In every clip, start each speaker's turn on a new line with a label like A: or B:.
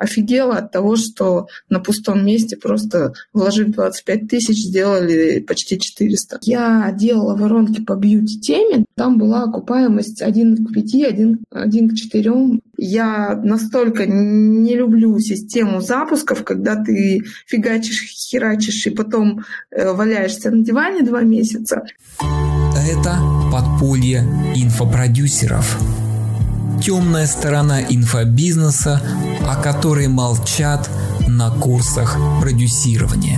A: офигела от того, что на пустом месте, просто вложив 25 тысяч, сделали почти 400. Я делала воронки по бьюти-теме, там была окупаемость 1 к 5, 1 к 4. Я настолько не люблю систему запусков, когда ты фигачишь, херачишь и потом валяешься на диване 2 месяца.
B: Это подполье инфопродюсеров. Темная сторона инфобизнеса, о которой молчат на курсах продюсирования.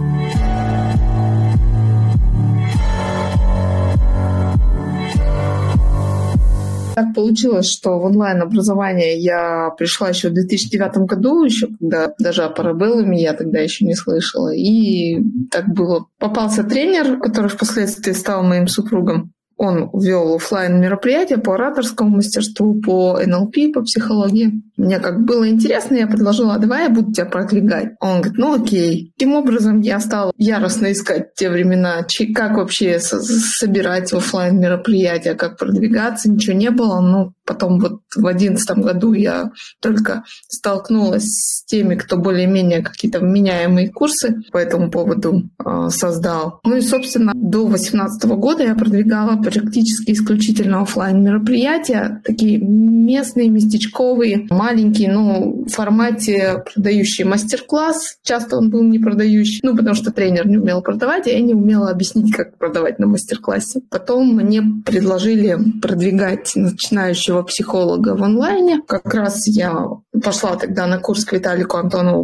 A: Так получилось, что в онлайн-образование я пришла еще в 2009 году, еще когда даже о Парабеллуме я тогда еще не слышала. И так было. Попался тренер, который впоследствии стал моим супругом. Он вел офлайн мероприятия по ораторскому мастерству, по НЛП, по психологии. Мне как было интересно, я предложила: а давай я буду тебя продвигать. Он говорит: ну окей. Таким образом, я стала яростно искать те времена, как вообще собирать офлайн мероприятия, как продвигаться. Ничего не было. Но потом вот в 2011 году я только столкнулась с теми, кто более-менее какие-то вменяемые курсы по этому поводу создал. Ну и, собственно, до 2018 года я продвигала практически исключительно офлайн мероприятия, такие местные, местечковые, маленькие, но в формате продающий мастер-класс. Часто он был не продающий, потому что тренер не умел продавать, и я не умела объяснить, как продавать на мастер-классе. Потом мне предложили продвигать начинающего психолога в онлайне. Как раз я пошла тогда на курс к Виталику Антонову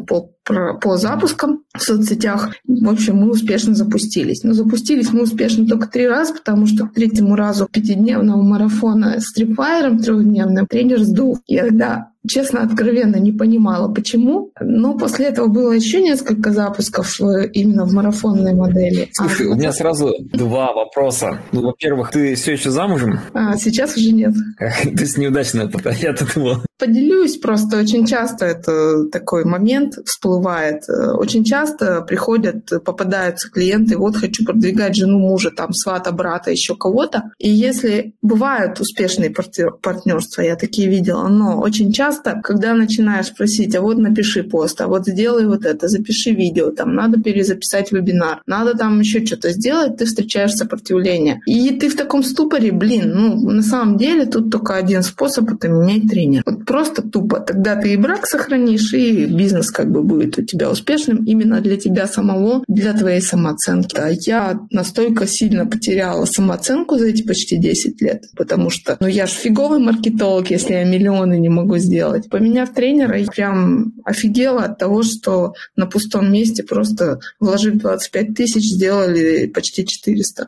A: по запускам в соцсетях. В общем, мы успешно запустились. Но запустились мы успешно только 3 раза, потому что к 3-му разу 5-дневного марафона с Tripwire 3-дневным тренер сдул. Я тогда, честно, откровенно не понимала, почему. Но после этого было еще несколько запусков именно в марафонной модели.
C: Слушай, у меня сразу 2 вопроса. Во-первых, ты все еще замужем?
A: Сейчас уже нет.
C: То есть неудачно это, я-то думал.
A: Поделюсь, просто очень часто это такой момент всплывает. Очень часто попадаются клиенты: вот хочу продвигать жену мужа, там свата, брата, еще кого-то. И если бывают успешные партнерства, я такие видела, но очень часто, когда начинаешь просить: а вот напиши пост, а вот сделай вот это, запиши видео, там надо перезаписать вебинар, надо там еще что-то сделать, ты встречаешь сопротивление. И ты в таком ступоре: на самом деле тут только один способ — это менять тренера. Вот просто тупо. Тогда ты и брак сохранишь, и бизнес будет у тебя успешным именно для тебя самого, для твоей самооценки. А я настолько сильно потеряла самооценку за эти почти 10 лет, потому что, я ж фиговый маркетолог, если я миллионы не могу сделать. Поменяв тренера, я прям офигела от того, что на пустом месте, просто вложив 25 тысяч, сделали почти 400.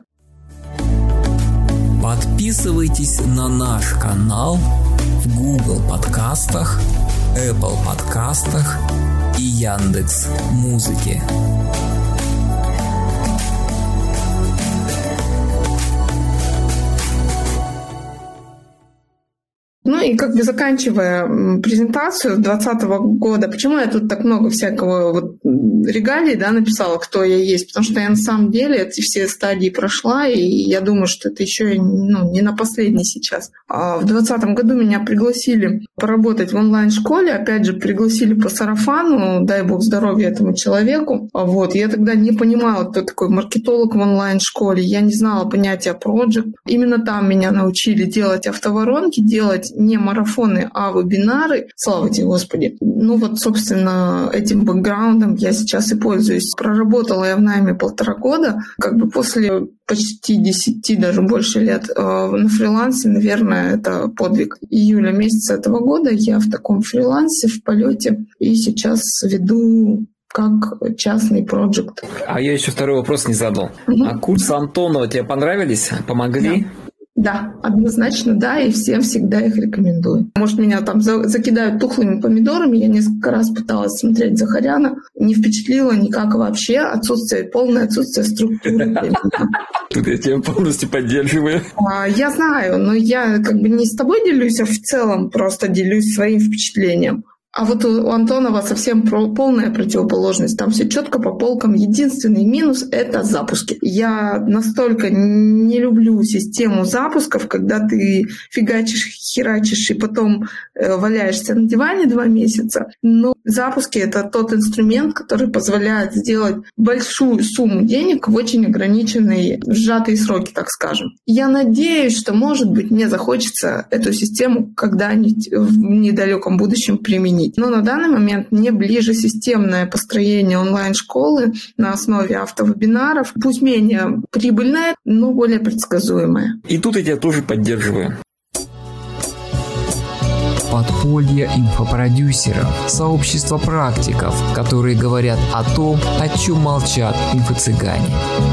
B: Подписывайтесь на наш канал в Google подкастах, Apple подкастах и Яндекс.Музыке.
A: И заканчивая презентацию 2020 года, почему я тут так много всякого регалий, написала, кто я есть? Потому что я на самом деле эти все стадии прошла, и я думаю, что это еще не на последней сейчас. А в 2020 году меня пригласили поработать в онлайн-школе, опять же, пригласили по сарафану, дай бог здоровья этому человеку. Я тогда не понимала, кто такой маркетолог в онлайн-школе, я не знала понятия проджект. Именно там меня научили делать автоворонки, делать не марафоны, а вебинары. Слава тебе, Господи. Собственно, этим бэкграундом я сейчас и пользуюсь. Проработала я в найме 1,5 года. После почти 10, даже больше лет на фрилансе, наверное, это подвиг. Июля месяца этого года я в таком фрилансе, в полете, и сейчас веду как частный проект.
C: А я еще второй вопрос не задал. А курсы Антонова тебе понравились? Помогли?
A: Да, однозначно да, и всем всегда их рекомендую. Может, меня там закидают тухлыми помидорами, я несколько раз пыталась смотреть Захаряна, не впечатлило никак вообще, полное отсутствие структуры.
C: Тут я тебя полностью поддерживаю.
A: Я знаю, но я не с тобой делюсь, а в целом просто делюсь своим впечатлением. А вот у Антонова совсем полная противоположность. Там все четко по полкам. Единственный минус — это запуски. Я настолько не люблю систему запусков, когда ты фигачишь, херачишь и потом валяешься на диване 2 месяца. Но запуски — это тот инструмент, который позволяет сделать большую сумму денег в очень ограниченные, сжатые сроки, так скажем. Я надеюсь, что, может быть, мне захочется эту систему когда-нибудь в недалеком будущем применить. Но на данный момент мне ближе системное построение онлайн-школы на основе автовебинаров, пусть менее прибыльное, но более предсказуемое.
C: И тут я тебя тоже поддерживаю.
B: Подполье инфопродюсеров, сообщество практиков, которые говорят о том, о чем молчат инфо-цыгане.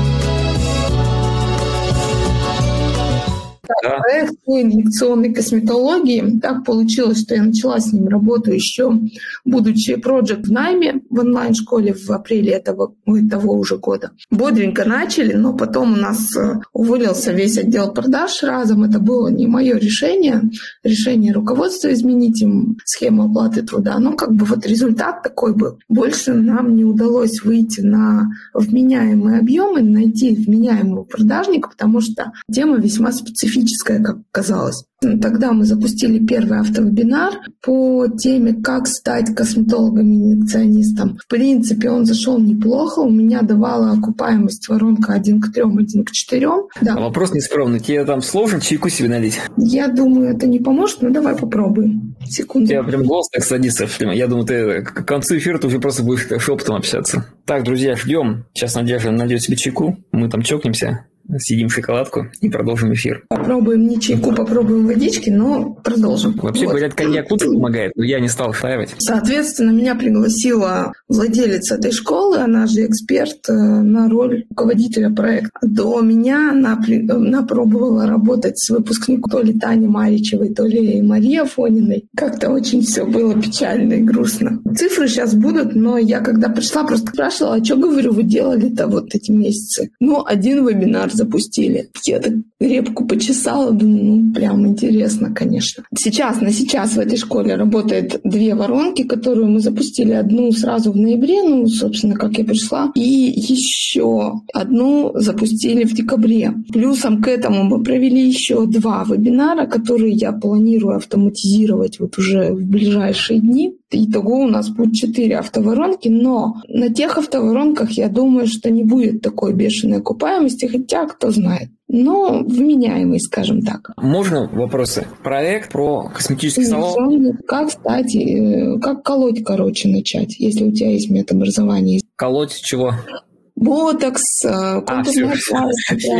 A: Да. Проект по инъекционной косметологии. Так получилось, что я начала с ним работу еще, будучи проект в найме в онлайн-школе в апреле этого уже года. Бодренько начали, но потом у нас уволился весь отдел продаж разом. Это было не мое решение руководства изменить им схему оплаты труда. Но вот результат такой был. Больше нам не удалось выйти на вменяемые объемы, найти вменяемого продажника, потому что тема весьма специфическая, как казалось. Тогда мы запустили первый автовебинар по теме «Как стать косметологом-инъекционистом». В принципе, он зашел неплохо. У меня давала окупаемость воронка 1 к 3, 1 к 4. Да.
C: Вопрос нескромный. Тебе там сложно чайку себе налить?
A: Я думаю, это не поможет, но давай попробуем. Секунду.
C: У тебя прям голос так садится. Я думаю, ты к концу эфира ты уже просто будешь шепотом общаться. Так, друзья, ждем. Сейчас Надежда нальет себе чайку. Мы там чокнемся. Съедим шоколадку и продолжим эфир.
A: Попробуем не чайку, попробуем водички, но продолжим.
C: Вообще, говорят, коньяк лучше помогает, но я не стал встаивать.
A: Соответственно, меня пригласила владелица этой школы, она же эксперт, на роль руководителя проекта. До меня она пробовала работать с выпускником то ли Тани Маричевой, то ли Марии Афониной. Как-то очень все было печально и грустно. Цифры сейчас будут, но я когда пришла, просто спрашивала, а что, говорю, вы делали-то вот эти месяцы? 1 вебинар запустили. Я так репку почесала, думаю, прям интересно, конечно. На сейчас в этой школе работает 2 воронки, которые мы запустили. Одну сразу в ноябре, собственно, как я пришла, и еще одну запустили в декабре. Плюсом к этому мы провели еще 2 вебинара, которые я планирую автоматизировать уже в ближайшие дни. Итого у нас будет 4 автоворонки, но на тех автоворонках я думаю, что не будет такой бешеной окупаемости, хотя кто знает. Но вменяемый, скажем так.
C: Можно вопросы? Проект про косметический салон?
A: Как колоть, начать, если у тебя есть медобразование.
C: Колоть чего?
A: Ботокс, контурная пластика,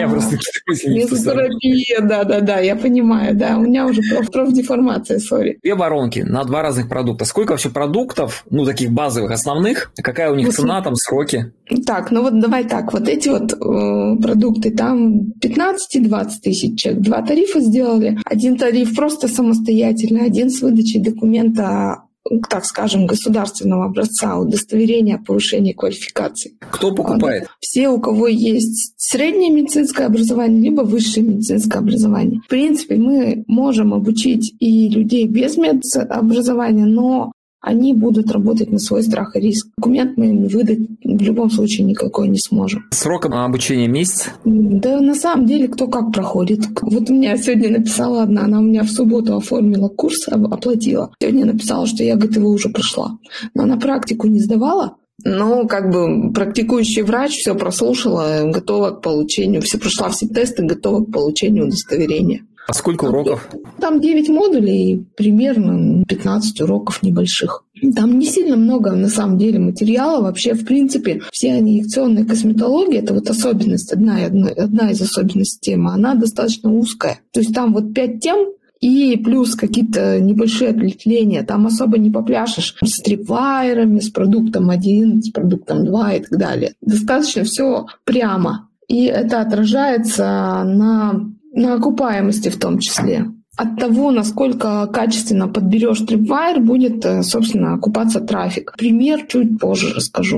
A: мезотерапия, да, я понимаю, да, у меня уже профдеформация, сори.
C: 2 воронки на 2 разных продукта. Сколько вообще продуктов, таких базовых, основных, какая у них цена, там, сроки?
A: Так, давай так, вот эти продукты, там 15 и 20 тысяч, 2 тарифа сделали, 1 тариф просто самостоятельно, 1 с выдачей документа, так скажем, государственного образца удостоверения о повышении квалификации.
C: Кто покупает?
A: Все, у кого есть среднее медицинское образование, либо высшее медицинское образование. В принципе, мы можем обучить и людей без медобразования, но они будут работать на свой страх и риск. Документ мы им выдать в любом случае никакой не сможем.
C: Срок обучения месяц?
A: Да, на самом деле, кто как проходит. Вот у меня сегодня написала одна, она у меня в субботу оформила курс, оплатила. Сегодня написала, что я, говорит, его уже прошла. Но она практику не сдавала. Но практикующий врач все прослушала, готова к получению, прошла все тесты, готова к получению удостоверения.
C: А сколько уроков?
A: Там 9 модулей, примерно 15 уроков небольших. Там не сильно много, на самом деле, материала. Вообще, в принципе, вся инъекционная косметология, это особенность, одна из особенностей темы, она достаточно узкая. То есть там 5 тем, и плюс какие-то небольшие ответвления. Там особо не попляшешь с трипвайерами, с продуктом 1, с продуктом 2 и так далее. Достаточно все прямо. И это отражается на окупаемости в том числе. От того, насколько качественно подберешь трипвайер, будет, собственно, окупаться трафик. Пример чуть позже расскажу.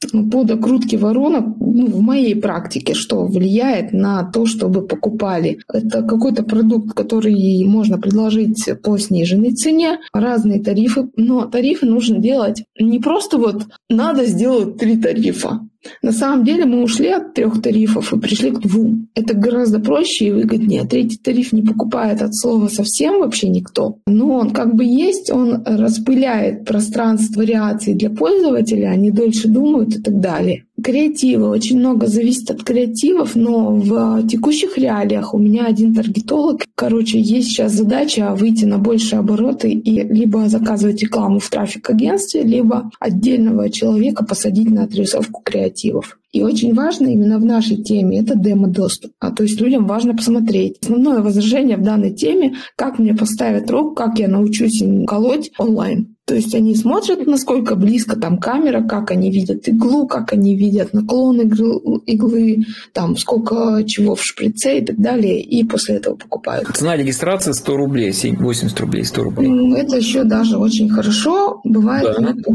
A: по докрутке воронок, в моей практике, что влияет на то, чтобы покупали. Это какой-то продукт, который можно предложить по сниженной цене, разные тарифы, но тарифы нужно делать не просто надо сделать 3 тарифа. На самом деле мы ушли от 3 тарифов и пришли к 2. Это гораздо проще и выгоднее. 3-й тариф не покупает от слова совсем вообще никто. Но он как бы есть, он распыляет пространство вариаций для пользователя, они дольше думают и так далее. Креативы. Очень много зависит от креативов, но в текущих реалиях у меня один таргетолог. Есть сейчас задача выйти на большие обороты и либо заказывать рекламу в трафик-агентстве, либо отдельного человека посадить на отрисовку креативов. И очень важно именно в нашей теме это демо-доступ. То есть людям важно посмотреть. Основное возражение в данной теме, как мне поставят рог, как я научусь им колоть онлайн. То есть они смотрят, насколько близко там камера, как они видят иглу, как они видят наклон иглы, там сколько чего в шприце и так далее, и после этого покупают.
C: Цена регистрации 100 рублей, 80 рублей, 100 рублей.
A: Это еще даже очень хорошо. Бывает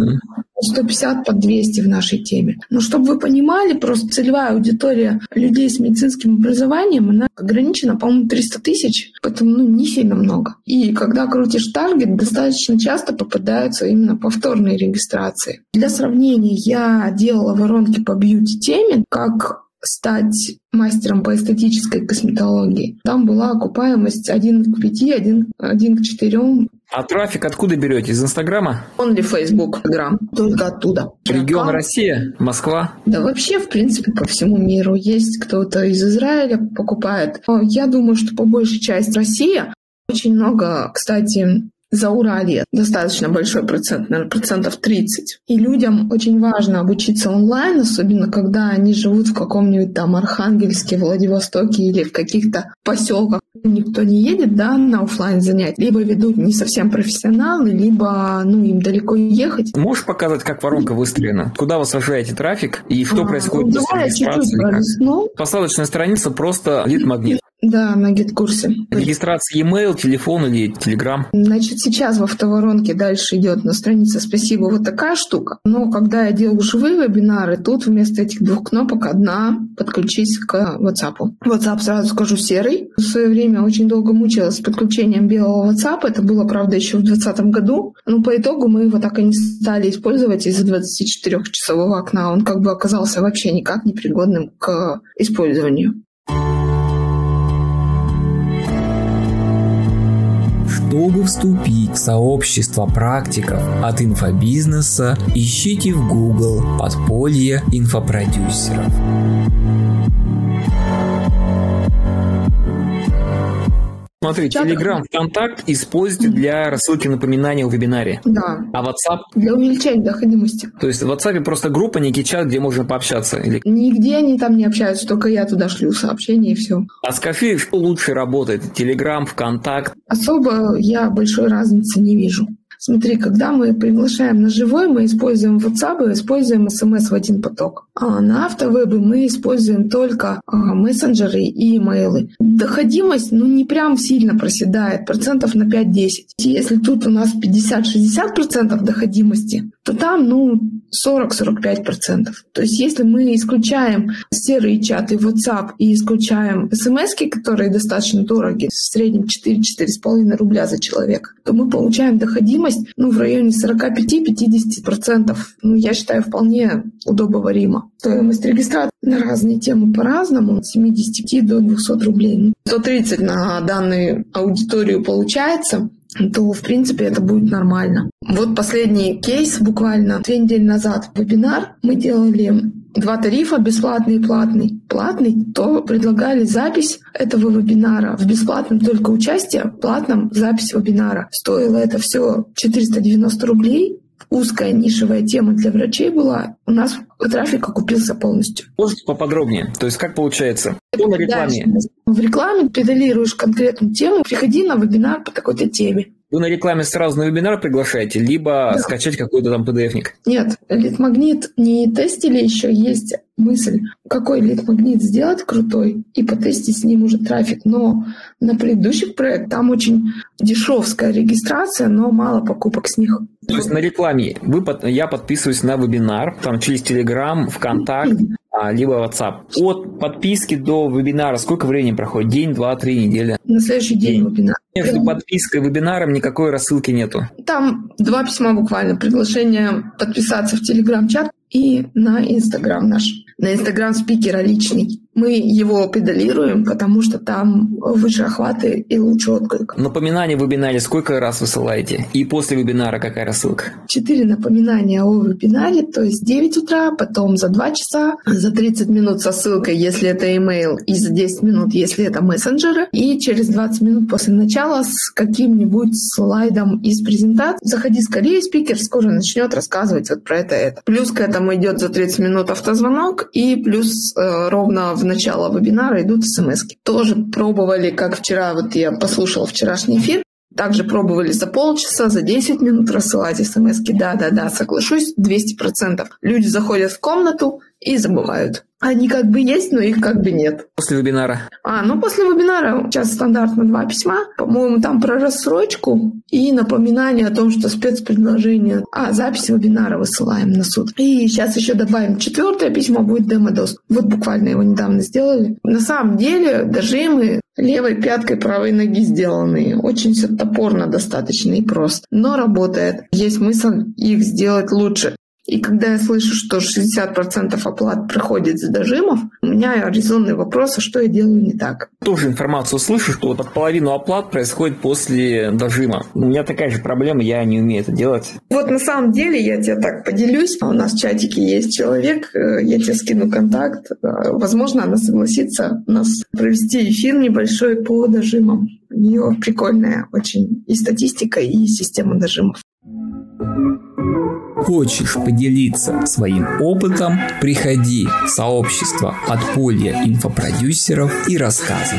A: 150 под 200 в нашей теме. Но чтобы вы понимали, просто целевая аудитория людей с медицинским образованием, она ограничена, по-моему, 300 тысяч, поэтому не сильно много. И когда крутишь таргет, достаточно часто попадаются именно повторные регистрации. Для сравнения, я делала воронки по бьюти-теме, как стать мастером по эстетической косметологии. Там была окупаемость 1 к 5, 1 к 4.
C: А трафик откуда берете? Из Инстаграма?
A: Only Facebook, Instagram. Только оттуда.
C: Регион Россия? Москва?
A: Да вообще, в принципе, по всему миру. Есть кто-то из Израиля покупает. Я думаю, что по большей части Россия. Очень много, кстати, Зауралье. Достаточно большой процент, наверное, 30%. И людям очень важно обучиться онлайн, особенно когда они живут в каком-нибудь там Архангельске, Владивостоке или в каких-то поселках. Никто не едет, на офлайн занятия. Либо ведут не совсем профессионалы, либо им далеко ехать.
C: Можешь показать, как воронка выстроена? Куда вы сажаете трафик и что происходит после регистрации? Посадочная страница просто лид-магнит.
A: Да, на гид-курсе.
C: Регистрация e-mail, телефон или телеграм?
A: Значит, сейчас в автоворонке дальше идет на странице «Спасибо» вот такая штука. Но когда я делаю живые вебинары, тут вместо этих 2 кнопок одна «Подключись к WhatsApp». WhatsApp, сразу скажу, серый. В свое время очень долго мучилась с подключением белого WhatsApp. Это было, правда, еще в 2020 году. Но по итогу мы его так и не стали использовать из-за 24-часового окна. Он как бы оказался вообще никак непригодным к использованию.
B: Чтобы вступить в сообщество практиков от инфобизнеса, ищите в Google «Подполье инфопродюсеров».
C: Смотри, Telegram, ВКонтакт используйте для рассылки напоминаний о вебинаре.
A: Да.
C: А WhatsApp?
A: Для увеличения доходимости.
C: То есть в WhatsApp просто группа, некий чат, где можно пообщаться? Или...
A: Нигде они там не общаются, только я туда шлю сообщения и все.
C: А скажи, что лучше работает? Telegram, ВКонтакт?
A: Особо я большой разницы не вижу. Смотри, когда мы приглашаем на живой, мы используем WhatsApp и используем SMS в один поток. А на автовебе мы используем только мессенджеры и имейлы. Доходимость, не прям сильно проседает, процентов на 5-10. Если тут у нас 50-60% доходимости, то там, 40-45%. То есть если мы исключаем серые чаты WhatsApp и исключаем SMS-ки, которые достаточно дороги, в среднем 4-4,5 рубля за человека, то мы получаем доходимость в районе 45-50%. Я считаю, вполне удобоваримо. Стоимость регистрации на разные темы по-разному, от 75 до 200 рублей. 130 на данную аудиторию получается, то, в принципе, это будет нормально. Вот последний кейс, буквально 2 недели назад вебинар. Мы делали 2 тарифа, бесплатный и платный. Платный, то предлагали запись этого вебинара. В бесплатном только участие, в платном запись вебинара. Стоило это все 490 рублей. Узкая нишевая тема для врачей была. У нас трафик окупился полностью.
C: Можете поподробнее? То есть как получается? Что на рекламе?
A: В рекламе педалируешь конкретную тему. Приходи на вебинар по такой-то теме.
C: Вы на рекламе сразу на вебинар приглашаете, либо скачать какой-то там PDF-ник?
A: Нет, лид-магнит не тестили еще, есть мысль, какой лид-магнит сделать крутой и потестить с ним уже трафик. Но на предыдущих проектах там очень дешевская регистрация, но мало покупок с них.
C: То есть на рекламе я подписываюсь на вебинар, там через Telegram, ВКонтакт, либо WhatsApp. От подписки до вебинара сколько времени проходит? День, 2, 3 недели?
A: На следующий день вебинар.
C: Между подпиской и вебинаром никакой рассылки нету?
A: Там 2 письма буквально. Приглашение подписаться в Telegram-чат и на Instagram наш. На Instagram спикера личный. Мы его педалируем, потому что там выше охваты и лучше отклик.
C: Напоминание в вебинаре сколько раз высылаете? И после вебинара какая рассылка?
A: 4 напоминания о вебинаре, то есть 9 утра, потом за 2 часа, за 30 минут со ссылкой, если это email, и за 10 минут, если это мессенджеры, и через 20 минут после начала с каким-нибудь слайдом из презентации. Заходи скорее, спикер скоро начнет рассказывать вот про это. Плюс к этому идет за 30 минут автозвонок, и плюс ровно в начало вебинара идут смс-ки. Тоже пробовали, как вчера, вот я послушала вчерашний эфир, также пробовали за полчаса, за 10 минут рассылать смс-ки. Да, соглашусь, 200%. Люди заходят в комнату и забывают. Они как бы есть, но их как бы нет.
C: После вебинара?
A: После вебинара сейчас стандартно 2 письма. По-моему, там про рассрочку и напоминание о том, что спецпредложение. Запись вебинара высылаем на суд. И сейчас еще добавим 4 письмо, будет демо-доступ. Вот буквально его недавно сделали. На самом деле дожимы левой пяткой правой ноги сделанные. Очень все топорно достаточно и просто. Но работает. Есть смысл их сделать лучше. И когда я слышу, что 60% оплат проходит с дожимов, у меня резонный вопрос, а что я делаю не так?
C: Тоже информацию слышу, что вот половину оплат происходит после дожима. У меня такая же проблема, я не умею это делать.
A: Вот на самом деле я тебе так поделюсь. У нас в чатике есть человек, я тебе скину контакт. Возможно, она согласится у нас провести эфир небольшой по дожимам. У нее прикольная очень и статистика, и система дожимов.
B: Хочешь поделиться своим опытом? Приходи в сообщество подполья инфопродюсеров и рассказывай.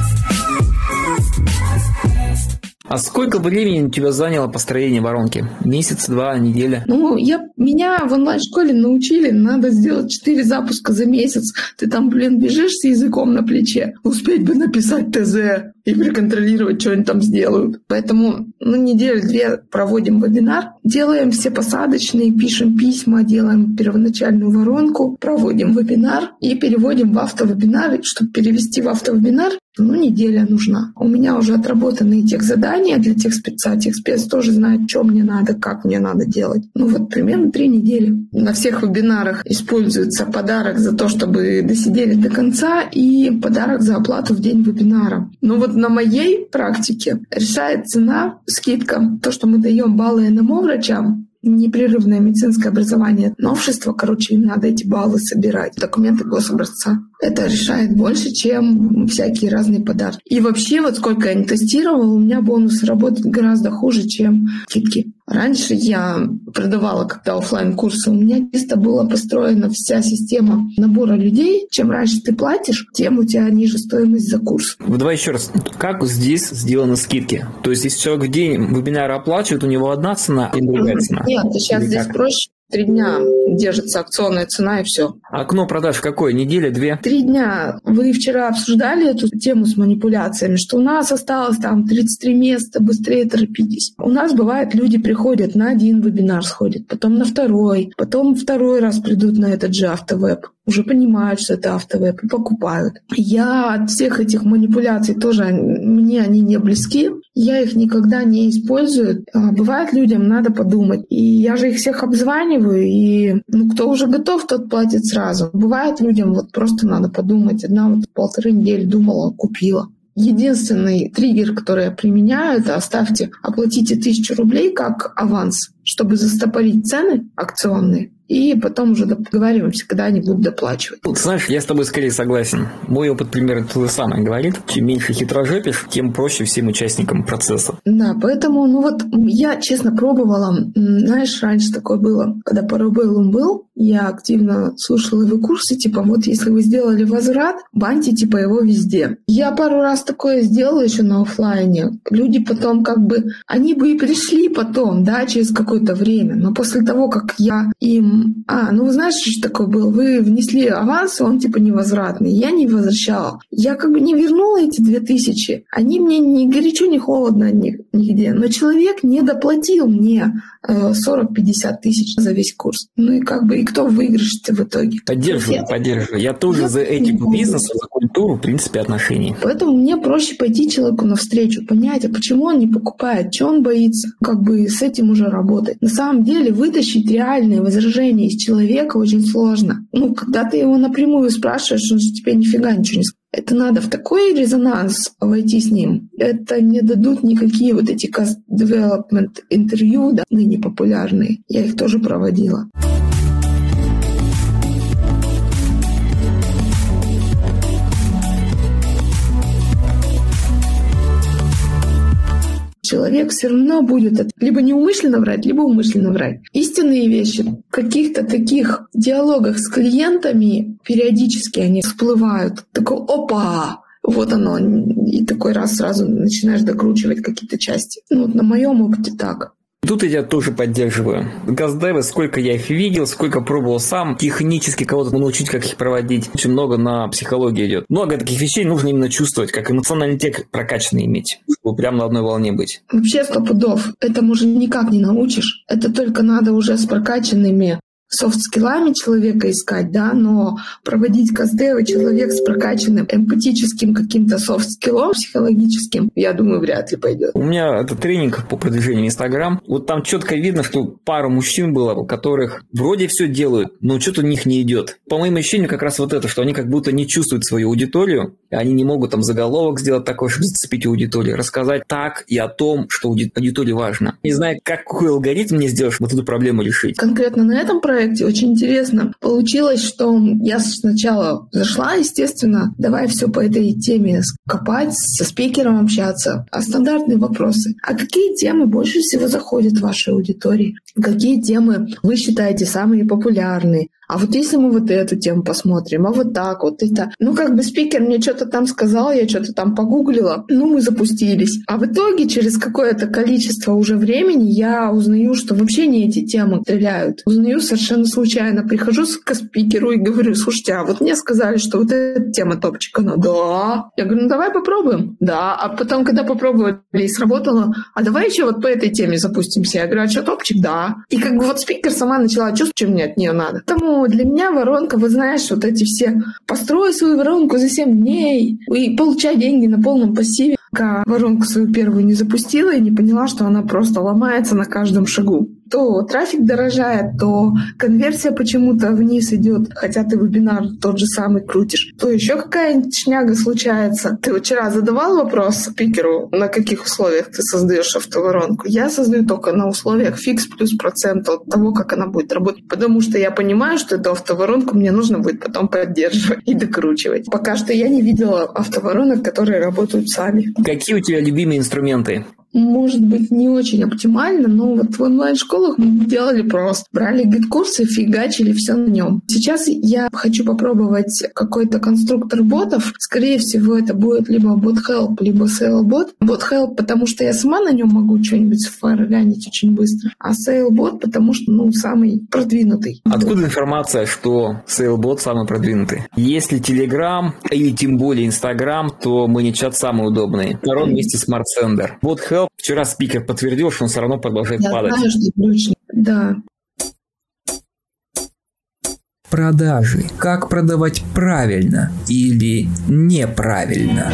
C: А сколько времени у тебя заняло построение воронки? Месяц, 2, неделя?
A: Меня в онлайн-школе научили, надо сделать 4 запуска за месяц. Ты там, бежишь с языком на плече. Успеть бы написать ТЗ и проконтролировать, что они там сделают. Поэтому неделю-2 проводим вебинар, делаем все посадочные, пишем письма, делаем первоначальную воронку, проводим вебинар и переводим в автовебинар. Чтобы перевести в автовебинар, неделя нужна. У меня уже отработаны техзадания для техспеца. Техспец тоже знает, что мне надо, как мне надо делать. Примерно 3 недели. На всех вебинарах используется подарок за то, чтобы досидели до конца, и подарок за оплату в день вебинара. На моей практике решает цена, скидка, то, что мы даем баллы НМО врачам, непрерывное медицинское образование, новшество, им надо эти баллы собирать, документы гособразца. Это решает больше, чем всякие разные подарки. И вообще, сколько я не тестировала, у меня бонусы работают гораздо хуже, чем скидки. Раньше я продавала, когда офлайн-курсы, у меня чисто была построена вся система набора людей. Чем раньше ты платишь, тем у тебя ниже стоимость за курс.
C: Давай еще раз. Как здесь сделаны скидки? То есть, если человек в день вебинара оплачивает, у него одна цена и другая цена?
A: Нет, сейчас или здесь проще. 3 дня держится акционная цена и все.
C: Окно продаж какое? Неделя, 2?
A: 3 дня. Вы вчера обсуждали эту тему с манипуляциями, что у нас осталось 33 места, быстрее торопитесь. У нас бывает, люди приходят на 1 вебинар, сходят, потом на 2, потом 2 раз придут на этот же автовеб. Уже понимают, что это автовеб и покупают. Я от всех этих манипуляций тоже, мне они не близки. Я их никогда не использую. Бывает, людям надо подумать. И я же их всех обзваниваю, и кто уже готов, тот платит сразу. Бывает, людям просто надо подумать. Одна 1,5 недели думала, купила. Единственный триггер, который я применяю, это оплатите 1000 рублей как аванс, чтобы застопорить цены акционные. И потом уже договариваемся, когда они будут доплачивать.
C: Знаешь, я с тобой скорее согласен. Мой опыт примерно то же самое говорит. Чем меньше хитрожопишь, тем проще всем участникам процесса.
A: Да, поэтому, я, честно, пробовала. Знаешь, раньше такое было, когда Парабеллум был, я активно слушала его курсы, если вы сделали возврат, баньте, его везде. Я пару раз такое сделала еще на офлайне. Люди потом они бы и пришли потом, через какой-то какое-то время, но после того, как я им... вы знаете, что такое было? Вы внесли аванс, он типа невозвратный. Я не возвращала. Я как бы не вернула эти 2000. Они мне ни горячо, ни холодно нигде. Но человек не доплатил мне 40-50 тысяч за весь курс. Ну и как бы и кто выигрыш-то в итоге?
C: Поддерживаю. Я тоже за этику бизнеса, за культуру, в принципе, отношений.
A: Поэтому мне проще пойти человеку навстречу, понять, а почему он не покупает, чего он боится, как бы с этим уже работать. На самом деле вытащить реальные возражения из человека очень сложно. Когда ты его напрямую спрашиваешь, он же тебе нифига ничего не скажет. Это надо в такой резонанс войти с ним. Это не дадут никакие вот эти cost development интервью, да, ныне популярные. Я их тоже проводила. Человек все равно будет либо неумышленно врать, либо умышленно врать. Истинные вещи в каких-то таких диалогах с клиентами периодически они всплывают. Такой опа! Вот оно. И такой раз сразу начинаешь докручивать какие-то части. На моем опыте так.
C: Тут я тебя тоже поддерживаю. Газдевы, сколько я их видел, сколько пробовал сам, технически кого-то научить, как их проводить. Очень много на психологии идет. Много таких вещей нужно именно чувствовать, как эмоциональный интеллект прокачанный иметь, чтобы прямо на одной волне быть.
A: Вообще 100 пудов. Этому уже никак не научишь. Это только надо уже с прокачанными софт-скиллами человека искать, да, но проводить каздевы человек с прокачанным эмпатическим каким-то софт-скиллом психологическим, я думаю, вряд ли пойдет.
C: У меня это тренинг по продвижению в Инстаграм. Вот там четко видно, что пара мужчин было, у которых вроде все делают, но что-то у них не идет. По моим ощущениям, как раз вот это, что они как будто не чувствуют свою аудиторию, они не могут там заголовок сделать такой, чтобы зацепить аудиторию, рассказать так и о том, что аудитории важно. Не знаю, какой алгоритм мне сделать, чтобы эту проблему решить.
A: Конкретно на этом проекте очень интересно получилось, что я сначала зашла, естественно, давай все по этой теме копать, со спикером общаться, а стандартные вопросы. А какие темы больше всего заходят в вашей аудитории? Какие темы вы считаете самые популярные? А вот если мы вот эту тему посмотрим, а вот так вот это... как бы спикер мне что-то там сказал, я что-то там погуглила, мы запустились. А в итоге через какое-то количество уже времени я узнаю, что вообще не эти темы стреляют. Узнаю совершенно случайно. Прихожу к спикеру и говорю: слушайте, а вот мне сказали, что вот эта тема топчик. Она: да. Я говорю: давай попробуем. Да. А потом, когда попробовали и сработало: а давай еще вот по этой теме запустимся. Я говорю: а что топчик? Да. И как бы вот спикер сама начала чувствовать, что мне от нее надо. Тому для меня воронка, вы знаешь, вот эти все: построй свою воронку за 7 дней и получай деньги на полном пассиве. Пока воронку свою первую не запустила и не поняла, что она просто ломается на каждом шагу. То трафик дорожает, то конверсия почему-то вниз идет, хотя ты вебинар тот же самый крутишь, то еще какая-нибудь шняга случается. Ты вчера задавал вопрос спикеру, на каких условиях ты создаешь автоворонку? Я создаю только на условиях фикс плюс процент от того, как она будет работать, потому что я понимаю, что эту автоворонку мне нужно будет потом поддерживать и докручивать. Пока что я не видела автоворонок, которые работают сами.
C: Какие у тебя любимые инструменты?
A: Может быть, не очень оптимально, но вот в онлайн-школах мы делали просто. Брали гид-курсы, фигачили все на нем. Сейчас я хочу попробовать какой-то конструктор ботов. Скорее всего, это будет либо BotHelp, либо SaleBot. BotHelp, потому что я сама на нем могу что-нибудь сфарганить очень быстро. А SaleBot, потому что, самый продвинутый.
C: Откуда информация, что SaleBot самый продвинутый? Если Telegram или тем более Instagram, то ManyChat самый удобный. Второй вместе с SmartSender. BotHelp. Вчера спикер подтвердил, что он все равно продолжает падать.
A: Я знаю, что ключ. Да.
B: Продажи. Как продавать правильно или неправильно?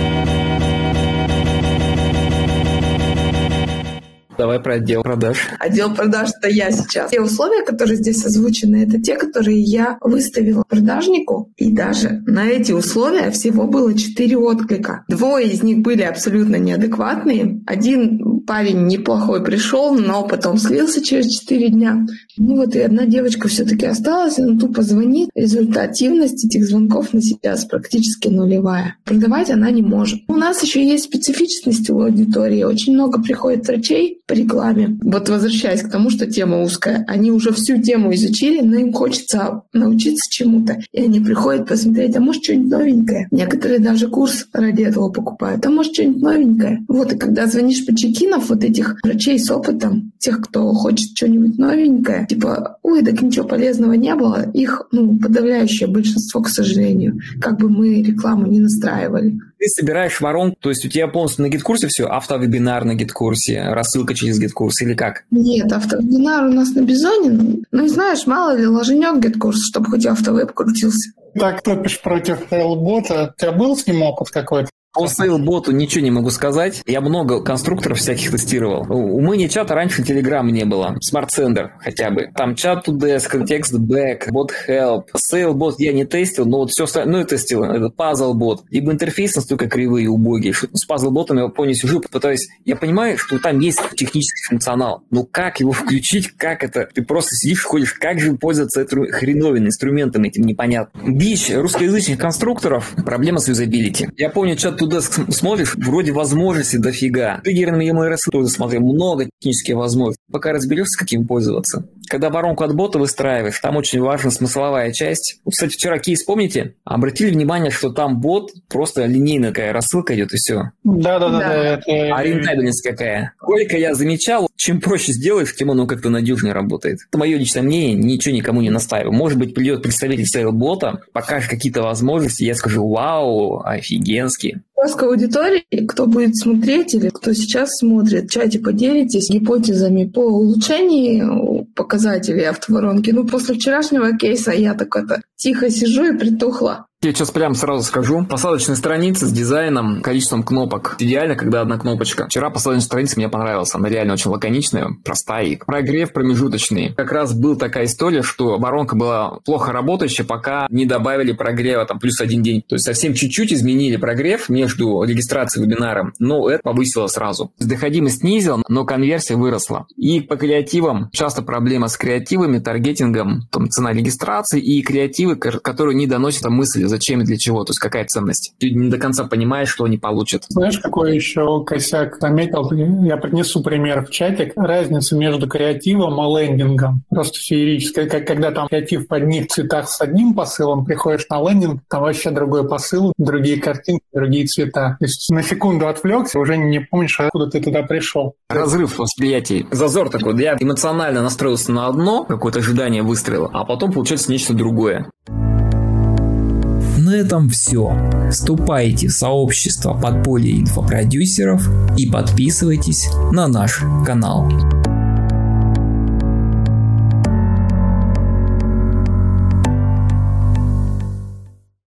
C: Давай про отдел продаж.
A: Отдел продаж — это я сейчас. Те условия, которые здесь озвучены, это те, которые я выставила продажнику. И даже на эти условия всего было 4 отклика. 2 из них были абсолютно неадекватные. Один парень неплохой пришел, но потом слился через 4 дня. И одна девочка все-таки осталась, она тупо звонит. Результативность этих звонков на сейчас практически нулевая. Продавать она не может. У нас еще есть специфичность у аудитории. Очень много приходит врачей, по рекламе. Вот возвращаясь к тому, что тема узкая, они уже всю тему изучили, но им хочется научиться чему-то, и они приходят посмотреть, а может что-нибудь новенькое. Некоторые даже курс ради этого покупают, а может что-нибудь новенькое. Вот, и когда звонишь по чекинов вот этих врачей с опытом, тех, кто хочет что-нибудь новенькое, типа, ой, так ничего полезного не было, их, подавляющее большинство, к сожалению, как бы мы рекламу не настраивали.
C: Ты собираешь воронку, то есть у тебя полностью на гид-курсе все, автовебинар на гид-курсе, рассылка через гид-курс или как?
A: Нет, автовебинар у нас на Бизоне. Ну и знаешь, мало ли ложенек гид-курс, чтобы хоть автовеб крутился.
D: Так, топишь против Сейлбота. У тебя был с ним опыт какой-то?
C: По Сейлботу ничего не могу сказать. Я много конструкторов всяких тестировал. У ManyChat раньше Telegram не было. SmartSender хотя бы. Там Chat2Desk, TextBack, BotHelp. Сейлбот я не тестил, но вот все остальное я тестил. Это PuzzleBot. Ибо интерфейс настолько кривые и убогие, что с PuzzleBot'ом я помню сижу, пытаюсь. Я понимаю, что там есть технический функционал. Но как его включить, как это? Ты просто сидишь, ходишь, как же пользоваться этой хреновиной инструментом этим непонятно. Бич русскоязычных конструкторов – проблема с юзабилити. Я помню, Chat2Desk смотришь, вроде возможностей дофига. Триггерами EMRS тоже смотрел, много технических возможностей. Пока разберешься, каким пользоваться. Когда воронку от бота выстраиваешь, там очень важна смысловая часть. Кстати, вчера кейс, помните? Обратили внимание, что там бот, просто линейная такая рассылка идет и все.
D: Да.
C: А рентабельность какая? Сколько я замечал, чем проще сделаешь, тем оно как-то надежнее работает. Это мое личное мнение, ничего никому не настаиваю. Может быть, придет представитель сейлбота, покажет какие-то возможности, я скажу, вау, офигенски.
A: К аудитории, кто будет смотреть или кто сейчас смотрит, в чате поделитесь гипотезами по улучшению показателей автоворонки. После вчерашнего кейса я так тихо сижу и притухла.
C: Я сейчас прямо сразу скажу. Посадочная страница с дизайном, количеством кнопок. Идеально, когда одна кнопочка. Вчера посадочная страница мне понравилась. Она реально очень лаконичная, простая. И прогрев промежуточный. Как раз была такая история, что воронка была плохо работающая, пока не добавили прогрева плюс 1 день. То есть совсем чуть-чуть изменили прогрев между регистрацией и вебинаром, но это повысило сразу. Доходимость снизила, но конверсия выросла. И по креативам часто проблема с креативами, таргетингом, цена регистрации и креативы, которые не доносят мысли, зачем и для чего, то есть какая ценность. Ты не до конца понимаешь, что они получат.
D: Знаешь, какой еще косяк заметил? Я принесу пример в чатик. Разница между креативом и лендингом просто феерическая. Когда там креатив в одних цветах с одним посылом, приходишь на лендинг, там вообще другой посыл, другие картинки, другие цвета. То есть на секунду отвлекся, уже не помнишь, откуда ты туда пришел.
C: Разрыв восприятия. Зазор такой. Я эмоционально настроился на одно, какое-то ожидание выстрела, а потом получается нечто другое.
B: На этом все. Вступайте в сообщество подполья инфопродюсеров и подписывайтесь на наш канал.